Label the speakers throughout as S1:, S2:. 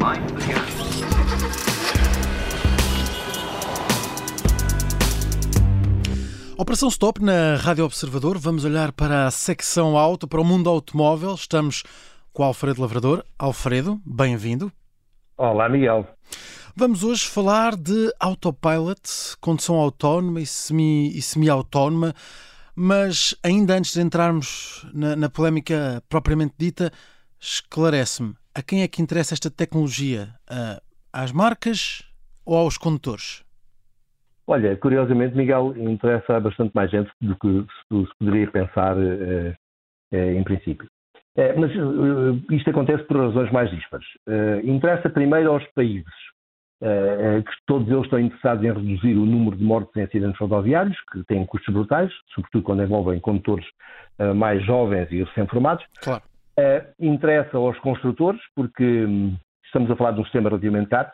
S1: Operação Stop na Rádio Observador. Vamos olhar para a secção auto, para o mundo automóvel. Estamos com o Alfredo Lavrador. Alfredo, bem-vindo.
S2: Olá, Miguel.
S1: Vamos hoje falar de autopilot, condução autónoma e semi-autónoma, mas ainda antes de entrarmos na polémica propriamente dita, esclarece-me, a quem é que interessa esta tecnologia? Às marcas ou aos condutores?
S2: Olha, curiosamente, Miguel, interessa a bastante mais gente do que se poderia pensar em princípio. Mas isto acontece por razões mais dispares. Interessa primeiro aos países, que todos eles estão interessados em reduzir o número de mortes em acidentes rodoviários, que têm custos brutais, sobretudo quando envolvem condutores mais jovens e recém-formados.
S1: Claro.
S2: Interessa aos construtores, porque estamos a falar de um sistema relativamente caro,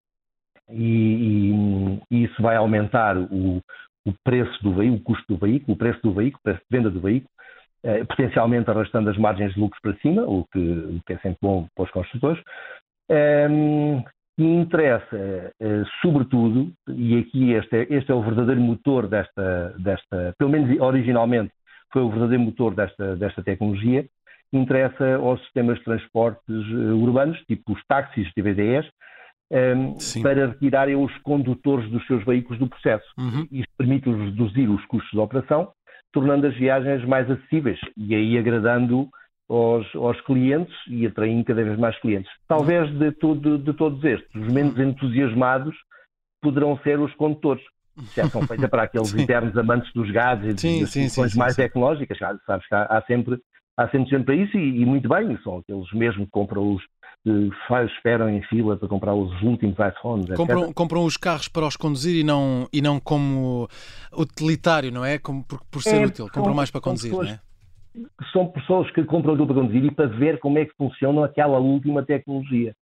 S2: e isso vai aumentar o preço do veículo, o custo do veículo, o preço de venda do veículo, potencialmente arrastando as margens de lucro para cima, o que é sempre bom para os construtores. E interessa, sobretudo, e aqui este é o verdadeiro motor desta, pelo menos originalmente foi o verdadeiro motor desta tecnologia, interessa aos sistemas de transportes urbanos, tipo os táxis de VDEs, para retirarem os condutores dos seus veículos do processo. Isso permite-lhes reduzir os custos de operação, tornando as viagens mais acessíveis e aí agradando aos clientes e atraindo cada vez mais clientes. Talvez de todos estes, os menos entusiasmados poderão ser os condutores. Já são feitas para aqueles eternos amantes dos gadgets e das soluções mais tecnológicas. Sabes que há sempre gente para isso e muito bem. São aqueles mesmo que compram esperam em fila para comprar os últimos iPhones, etc.
S1: Compram os carros para os conduzir e não como utilitário, não é? Por ser útil. Compram mais para conduzir, não é?
S2: São pessoas que compram aquilo para conduzir e para ver como é que funciona aquela última tecnologia.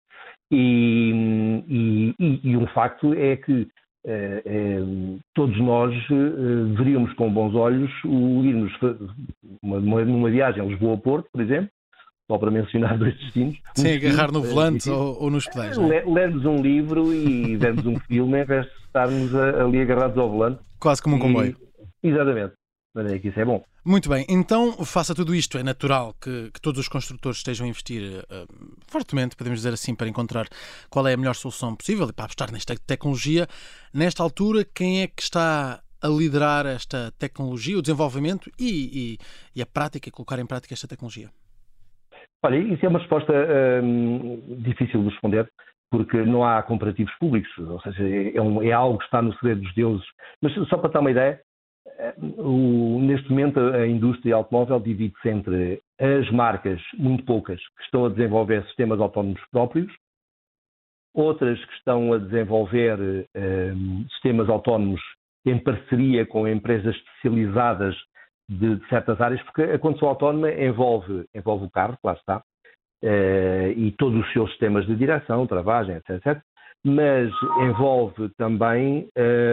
S2: E um facto é que todos nós veríamos com bons olhos irmos numa viagem a Lisboa-Porto, por exemplo, só para mencionar dois destinos.
S1: Sim, agarrar no volante ou nos pedais.
S2: Lermos um livro e vermos um filme em vez de estarmos ali agarrados ao volante.
S1: Quase como um comboio.
S2: Exatamente. Mas é que isso é bom.
S1: Muito bem. Então, faça tudo isto. É natural que todos os construtores estejam a investir fortemente, podemos dizer assim, para encontrar qual é a melhor solução possível e para apostar nesta tecnologia. Nesta altura, quem é que está a liderar esta tecnologia, o desenvolvimento e a prática, colocar em prática esta tecnologia?
S2: Olha, isso é uma resposta difícil de responder, porque não há comparativos públicos, ou seja, é algo que está no segredo dos deuses. Mas só para ter uma ideia, neste momento a indústria automóvel divide-se entre as marcas, muito poucas, que estão a desenvolver sistemas autónomos próprios, outras que estão a desenvolver sistemas autónomos em parceria com empresas especializadas de certas áreas, porque a condução autónoma envolve o carro, lá está, e todos os seus sistemas de direção, travagem, etc. Mas envolve também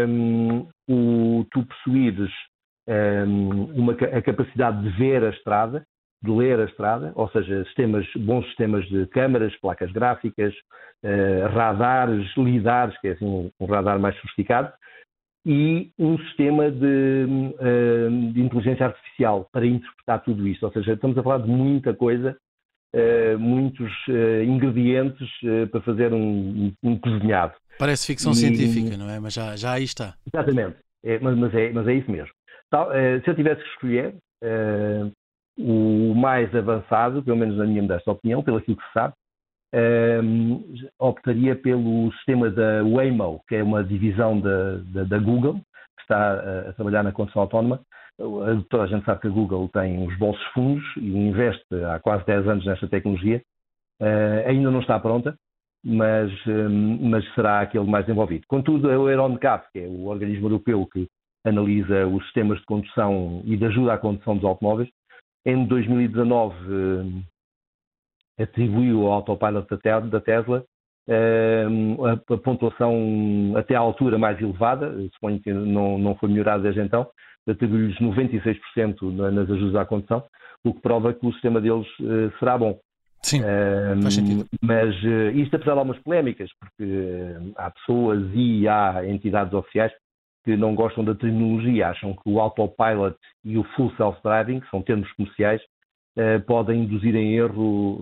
S2: tu possuires a capacidade de ver a estrada, de ler a estrada, ou seja, bons sistemas de câmaras, placas gráficas, radares, lidares, que é assim um radar mais sofisticado, e um sistema de inteligência artificial para interpretar tudo isto. Ou seja, estamos a falar de muita coisa, muitos ingredientes para fazer um cozinhado.
S1: Parece ficção científica, não é? Mas já aí está.
S2: Exatamente, mas é isso mesmo. Se eu tivesse que escolher o mais avançado, pelo menos na minha modesta opinião, pelo aquilo que se sabe, optaria pelo sistema da Waymo, que é uma divisão da Google, que está a trabalhar na condução autónoma. Toda a gente sabe que a Google tem os bolsos fundos e investe há quase 10 anos nesta tecnologia. Ainda não está pronta, mas será aquele mais envolvido. Contudo, a EuroNCAP, que é o organismo europeu que analisa os sistemas de condução e de ajuda à condução dos automóveis, em 2019 atribuiu ao autopilot da Tesla a pontuação até à altura mais elevada, suponho que não foi melhorada desde então, atribuiu-lhes 96% nas ajudas à condução, o que prova que o sistema deles será bom.
S1: Sim, faz sentido.
S2: Mas isto apesar de algumas polémicas, porque há pessoas e há entidades oficiais que não gostam da terminologia, acham que o autopilot e o full self-driving, que são termos comerciais, podem induzir em erro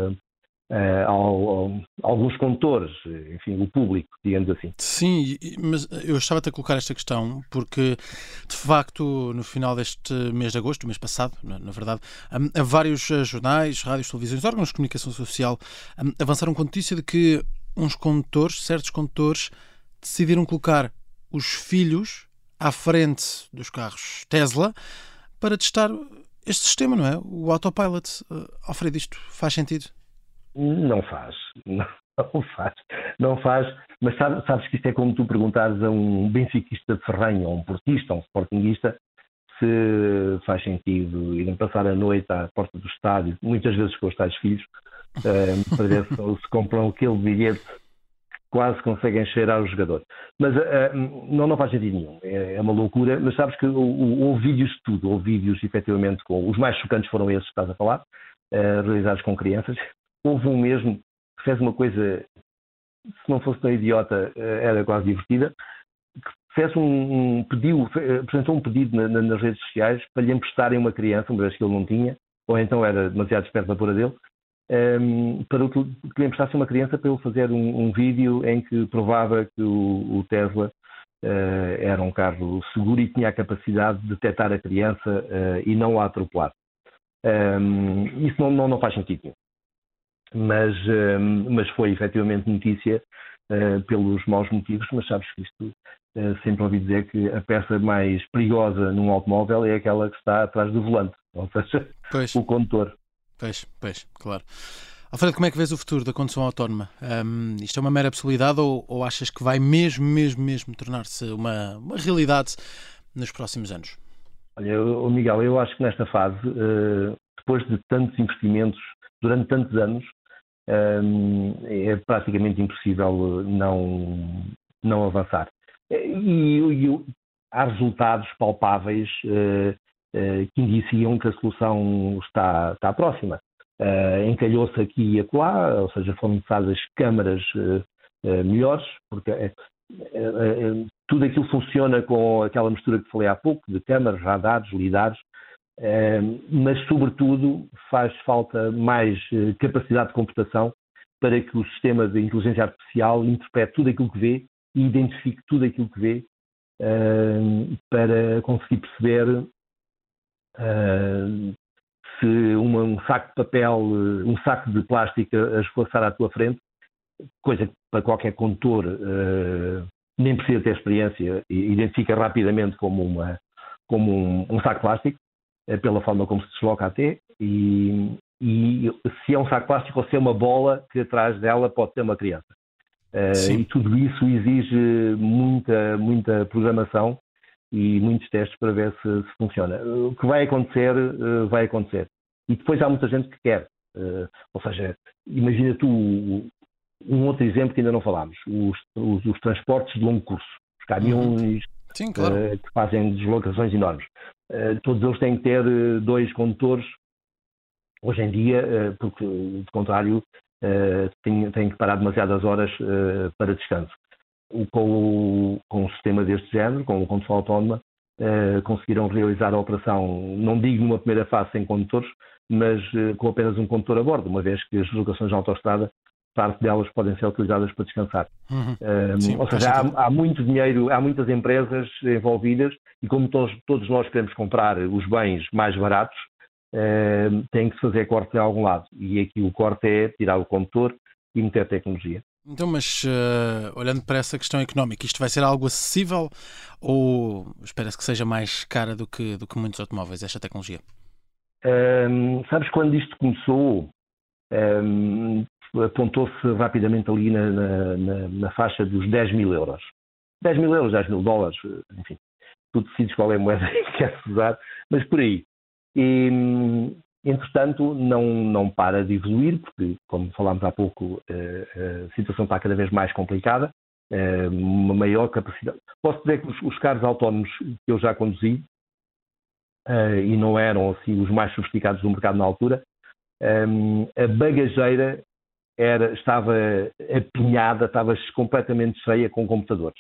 S2: alguns condutores, enfim, o público, digamos assim.
S1: Sim, mas eu estava-te a colocar esta questão porque, de facto, no final deste mês de agosto, do mês passado, na verdade, vários jornais, rádios, televisões, órgãos de comunicação social avançaram com a notícia de que uns condutores, certos condutores, decidiram colocar os filhos à frente dos carros Tesla para testar este sistema, não é? O autopilot. Alfredo, isto faz sentido?
S2: Não faz. Não faz. Não faz. Mas sabes que isto é como tu perguntares a um benfiquista de ferrenho, a um portista, a um sportinguista, se faz sentido irem passar a noite à porta do estádio, muitas vezes com os tais filhos, para ver se compram aquele bilhete que quase conseguem cheirar o jogador. Mas não faz sentido nenhum. É uma loucura. Mas sabes que houve vídeos de tudo. Houve vídeos, efetivamente, com os mais chocantes foram esses que estás a falar, realizados com crianças. Houve um mesmo que fez uma coisa, se não fosse tão idiota, era quase divertida, que fez apresentou um pedido nas redes sociais para lhe emprestarem uma criança, uma vez que ele não tinha, ou então era demasiado esperto da pura dele, para que lhe emprestasse uma criança para ele fazer um vídeo em que provava que o Tesla era um carro seguro e tinha a capacidade de detectar a criança e não a atropelar. Isso não faz sentido nenhum. Mas foi efetivamente notícia pelos maus motivos, mas sabes que isto sempre ouvi dizer que a peça mais perigosa num automóvel é aquela que está atrás do volante, ou seja, o condutor.
S1: Pois, claro. Alfredo, como é que vês o futuro da condução autónoma? Isto é uma mera possibilidade ou achas que vai mesmo tornar-se uma realidade nos próximos anos?
S2: Olha, Miguel, eu acho que nesta fase, depois de tantos investimentos durante tantos anos, é praticamente impossível não avançar. E há resultados palpáveis que indiciam que a solução está próxima. Encalhou-se aqui e acolá, ou seja, foram necessárias câmaras melhores, porque tudo aquilo funciona com aquela mistura que falei há pouco, de câmaras, radares, lidares, mas, sobretudo, faz falta mais capacidade de computação para que o sistema de inteligência artificial interprete tudo aquilo que vê e identifique tudo aquilo que vê para conseguir perceber se um saco de papel, um saco de plástico a esvoaçar à tua frente, coisa que para qualquer condutor nem precisa ter experiência e identifica rapidamente como um saco de plástico, pela forma como se desloca até, e se é um saco de plástico ou se é uma bola que atrás dela pode ter uma criança. E tudo isso exige muita programação e muitos testes para ver se funciona. O que vai acontecer, vai acontecer. E depois há muita gente que quer. Ou seja, imagina tu um outro exemplo que ainda não falámos, os transportes de longo curso, os caminhões.
S1: Sim, claro.
S2: Que fazem deslocações enormes. Todos eles têm que ter 2 condutores hoje em dia, porque, de contrário, têm que parar demasiadas horas para descanso. Com um sistema deste género, com a condução autónoma, conseguiram realizar a operação, não digo numa primeira fase sem condutores, mas com apenas um condutor a bordo, uma vez que as deslocações de autoestrada, parte delas podem ser utilizadas para descansar.
S1: Sim,
S2: ou seja, há muito dinheiro, há muitas empresas envolvidas e como todos nós queremos comprar os bens mais baratos, tem que se fazer corte em algum lado. E aqui o corte é tirar o condutor e meter tecnologia.
S1: Então, mas olhando para essa questão económica, isto vai ser algo acessível ou espera-se que seja mais cara do que muitos automóveis, esta tecnologia?
S2: Sabes, quando isto começou, apontou-se rapidamente ali na faixa dos 10 mil euros. 10 mil euros, 10 mil dólares, enfim, tu decides qual é a moeda que queres usar, mas por aí. E, entretanto, não para de evoluir, porque, como falámos há pouco, a situação está cada vez mais complicada, uma maior capacidade. Posso dizer que os carros autónomos que eu já conduzi, e não eram assim os mais sofisticados do mercado na altura, A bagageira estava apinhada, estava completamente cheia com computadores.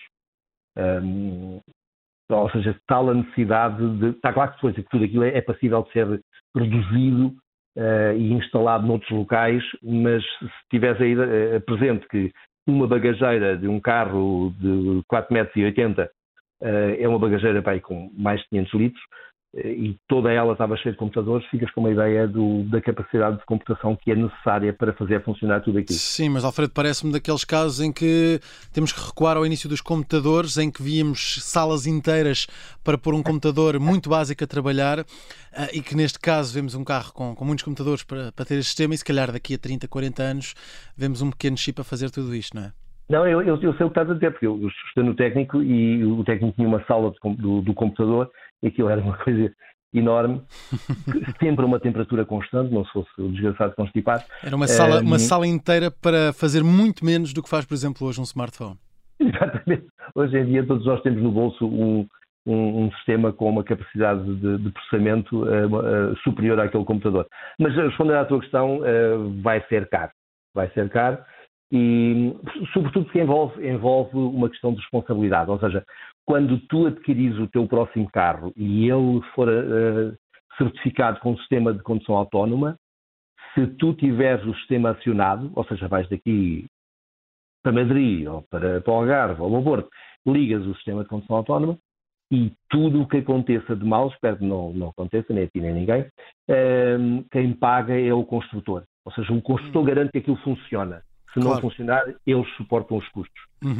S2: Ou seja, tal a necessidade de... Está claro que depois tudo aquilo é passível de ser reduzido e instalado noutros locais, mas se tivesse aí presente que uma bagageira de um carro de 4,80 m é uma bagageira com mais de 500 litros, e toda ela estava cheia de computadores, ficas com uma ideia da capacidade de computação que é necessária para fazer funcionar tudo aquilo.
S1: Sim, mas Alfredo, parece-me daqueles casos em que temos que recuar ao início dos computadores, em que víamos salas inteiras para pôr um computador muito básico a trabalhar, e que neste caso vemos um carro com muitos computadores para ter este sistema, e se calhar daqui a 30, 40 anos vemos um pequeno chip a fazer tudo isto, não é?
S2: Não, eu sei o que estás a dizer, porque eu estou no técnico e o técnico tinha uma sala do computador e aquilo era uma coisa enorme, sempre a uma temperatura constante, não se fosse o desgraçado constipado.
S1: Era uma sala inteira para fazer muito menos do que faz, por exemplo, hoje um smartphone.
S2: Exatamente. Hoje em dia todos nós temos no bolso um sistema com uma capacidade de processamento superior àquele computador. Mas respondendo à tua questão, vai ser caro. Vai ser caro. E sobretudo que envolve uma questão de responsabilidade, ou seja, quando tu adquires o teu próximo carro e ele for certificado com um sistema de condução autónoma, se tu tiveres o sistema acionado, ou seja, vais daqui para Madrid ou para o Algarve ou para o Porto, ligas o sistema de condução autónoma e tudo o que aconteça de mal, espero que não aconteça, nem a ti nem a ninguém, quem paga é o construtor, ou seja, o construtor garante que aquilo funciona. Se não funcionar, eles suportam os custos.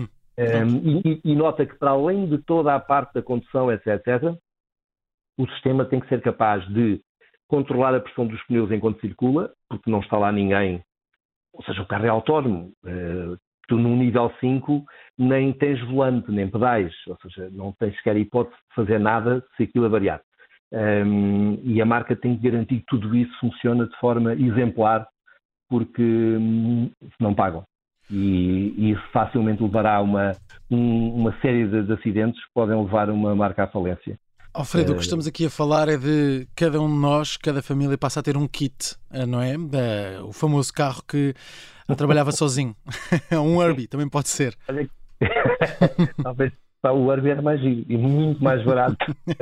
S2: E nota que, para além de toda a parte da condução, etc., o sistema tem que ser capaz de controlar a pressão dos pneus enquanto circula, porque não está lá ninguém. Ou seja, o carro é autónomo. Tu, no nível 5, nem tens volante, nem pedais. Ou seja, não tens sequer hipótese de fazer nada se aquilo avariar. E a marca tem que garantir que tudo isso funciona de forma exemplar, porque não pagam. E isso facilmente levará a uma série de acidentes que podem levar uma marca à falência.
S1: Alfredo, o que estamos aqui a falar é de cada um de nós, cada família passa a ter um kit, não é? O famoso carro que trabalhava sozinho. Um Herbie, também pode ser.
S2: Talvez o Herbie era mais giro e muito mais barato.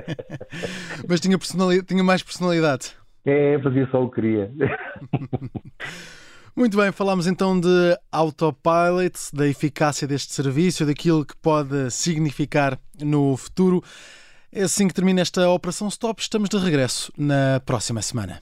S1: Mas tinha mais personalidade.
S2: Fazia só o que queria.
S1: Muito bem, falámos então de Autopilot, da eficácia deste serviço, daquilo que pode significar no futuro. É assim que termina esta Operação Stop. Estamos de regresso na próxima semana.